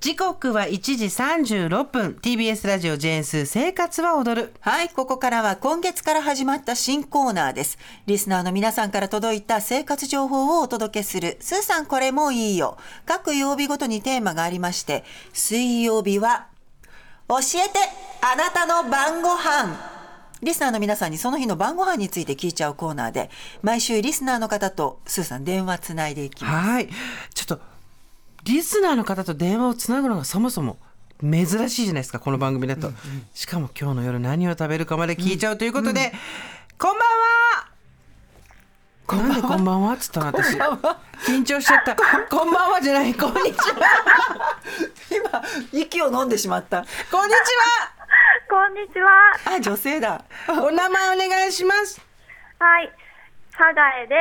時刻は1時36分 TBS ラジオジェーンスー生活は踊る。 はい、ここからは今月から始まった新コーナーです。リスナーの皆さんから届いた生活情報をお届けするスーさんこれもいいよ。各曜日ごとにテーマがありまして、水曜日は教えてあなたの晩ご飯。リスナーの皆さんにその日の晩ご飯について聞いちゃうコーナーで、毎週リスナーの方とスーさん電話つないでいきます。 はい、ちょっとリスナーの方と電話をつなぐのがそもそも珍しいじゃないですか、この番組だと。しかも今日の夜何を食べるかまで聞いちゃうということで、こんばんは。なんでこんばんはっつったの私。緊張しちゃった。こんばんはじゃない、こんにちは。 今息を飲んでしまった。 こんにちこんにちは。 あ、女性だ。 は。お名前お願いします。 はい、サガエです。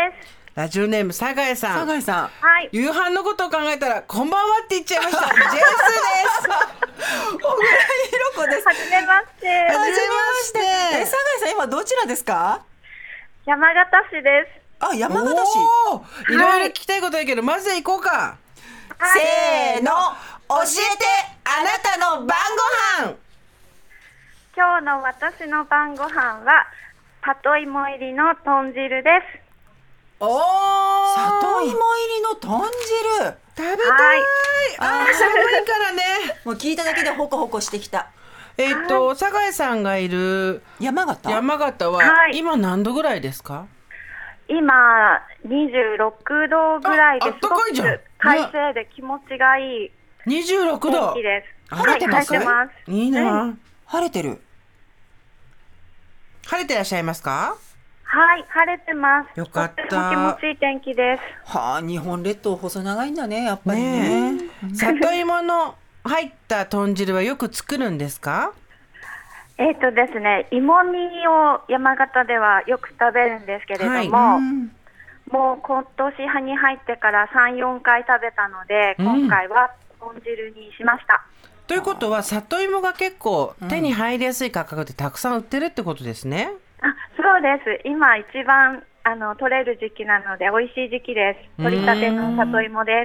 ラジオネームサガエさん。 酒井さん。 はい。 夕飯のことを考えたらこんばんはって言っちゃいました。ジェンスです。 小倉ひろ子です。 はじめまして。 はじめまして。 酒井さん今どちらですか？ 山形市です。 あ、山形市。 おー、いろいろ聞きたいことだけど、まずは行こうか。 せーの、教えてあなたの晩ご飯。 今日の私の晩ご飯は里芋入りの豚汁です。 おー、 里芋入りの豚汁。 食べたい。 はいあー、寒いからね。 もう聞いただけでホコホコしてきた。 酒井さんがいる山形。 山形は、 はい、 今何度ぐらいですか？ 今26度ぐらいであったかいじゃん。 すごく快晴で気持ちがいい 26度。 天気です。 晴れてます？ はい、晴れてます。 いいな。 晴れてる。 晴れてらっしゃいますか？ はい、晴れてます。 よかった。 とっても気持ちいい天気です。 はあ、日本列島細長いんだね、やっぱりね。 里芋の入った豚汁はよく作るんですか？ ですね、芋煮を山形ではよく食べるんですけれども、 はい、 もう今年に入ってから3、4回食べたので、今回は豚汁にしました。 ということは里芋が結構手に入りやすい価格でたくさん売ってるってことですね。 そうです。今一番取れる時期なので美味しい時期です。取りたての里芋です。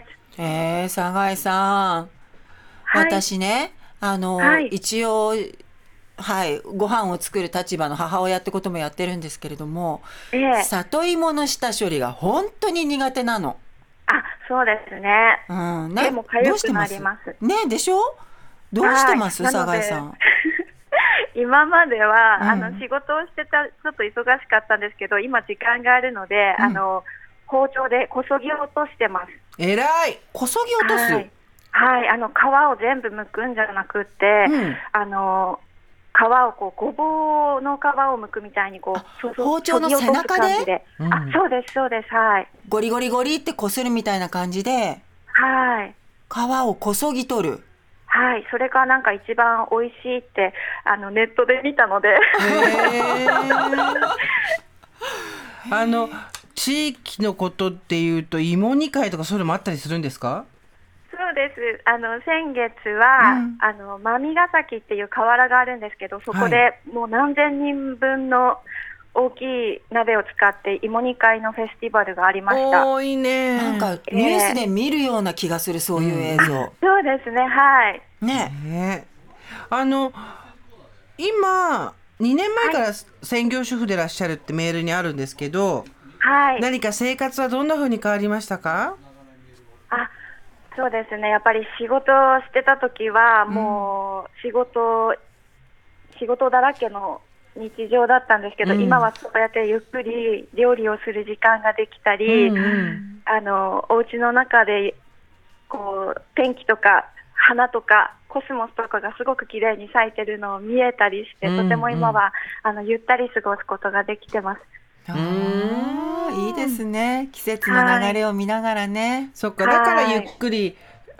酒井さん、 はい、 私ね、 はい、 一応はい、ご飯を作る立場の母親ってこともやってるんですけれども、里芋の下処理が本当に苦手なの。 あ、そうですね。でも痒くなります。 ね、でしょ？どうしてます、酒井さん？ 今までは、仕事をしてた、ちょっと忙しかったんですけど、今時間があるので、包丁でこそぎ落としてます。 えらい。 こそぎ落とす？ はい、はい、皮を全部剥くんじゃなくって、皮をこうごぼうの皮を剥くみたいにこう包丁の背中で、 そうですそうです、はい、 ゴリゴリゴリってこするみたいな感じで、 はい、 皮をこそぎ取る。 はい、それがなんか一番美味しいってネットで見たので地域のことっていうと芋煮会とかそういうのもあったりするんですか？ そうです。先月は、真見ヶ崎っていう河原があるんですけど、そこでもう何千人分の大きい鍋を使って芋煮会のフェスティバルがありました。 多いね。 なんかニュースで見るような気がする、そういう映像。 そうですね、はい。 ね。 今2年前から専業主婦でいらっしゃるってメールにあるんですけど、 はい、 何か生活はどんな風に変わりましたか？ そうですね、やっぱり仕事をしてた時はもう仕事だらけの日常だったんですけど、今はそうやってゆっくり料理をする時間ができたり、お家の中でこう天気とか花とかコスモスとかがすごく綺麗に咲いてるのを見えたりして、とても今はゆったり過ごすことができてます。 いいですね。季節の流れを見ながらね。 そっか、だからゆっくり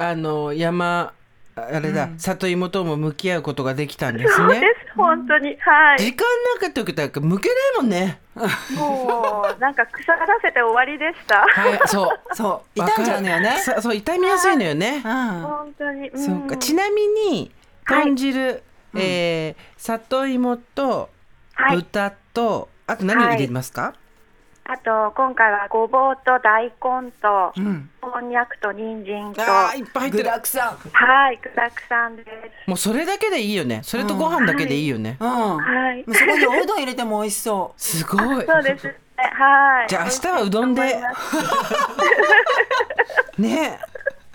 里芋とも向き合うことができたんですね。 そうです、本当に。はい。 時間なかった時だから向けないもんね。 もうなんか腐らせて終わりでした。 はい、そう傷んじゃうのよね。 そう、傷みやすいのよね。 本当に。 そうか。ちなみに豚汁、里芋と豚と、あと何入れますか？ あと今回はごぼうと大根と、 んこんにゃくと人参と、 あーいっぱい入って具る。 だくさん。 はい具だくさんです。 もうそれだけでいいよね。それとご飯だけでいいよね。 うん。 はいもうそこにおうどん入れても美味しそう。 すごい。 そうですね。はい。 じゃあ明日はうどんで美味しいと思いますね。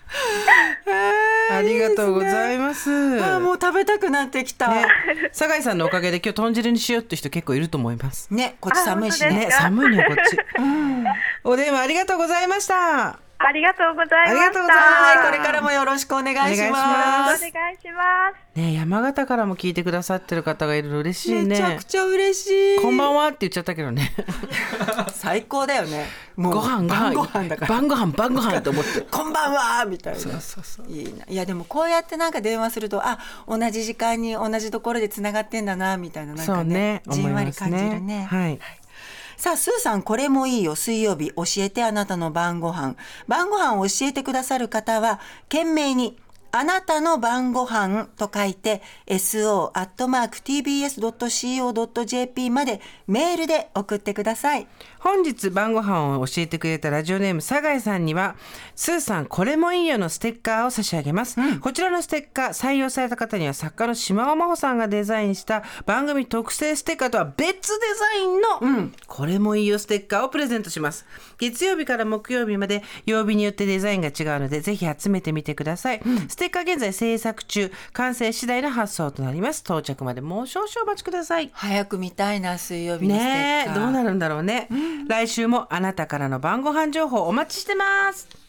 ありがとうございます。 あーもう食べたくなってきた。 ね、酒井さんのおかげで今日豚汁にしようって人結構いると思います。 ね、こっち寒いしね。 あ本当ですかね、寒いねこっち。お電話ありがとうございました。 ありがとうございました。 ありがとうございまはい、 したこれからもよろしくお願いしお願いしま。 ますお願いします。 ね、山形からも聞いてくださってる方がいるの嬉しいねめちゃく。ちゃ嬉しい。 こんばんはって言っちゃったけどね。 最高だよね。もうご飯晩ご飯だから。 晩ご飯晩ご飯って思って。 こんばんはみたいな。 そうそうそう。 いいな。いやでもこうやってなんか電話すると、あ、同じ時間に同じところでつながってんだなみたいな、なんかそうね、 じんわり感思いますねじるね。 はい。 さあ、スーさん、これもいいよ。水曜日、教えてあなたの晩ご飯。晩ご飯を教えてくださる方は、懸命に、あなたの晩ご飯と書いて、so@tbs.co.jp までメールで送ってください。 本日晩ご飯を教えてくれたラジオネーム酒井さんにはスーさんこれもいいよのステッカーを差し上げます、こちらのステッカー採用された方には作家の島尾真帆さんがデザインした番組特製ステッカーとは別デザインの、これもいいよステッカーをプレゼントします。月曜日から木曜日まで曜日によってデザインが違うのでぜひ集めてみてください、ステッカー現在制作中、完成次第の発送となります。到着までもう少々お待ちください。 早く見たいな、水曜日のステッねえ、 カー。 どうなるんだろうね、来週もあなたからの晩ご飯情報お待ちしてます。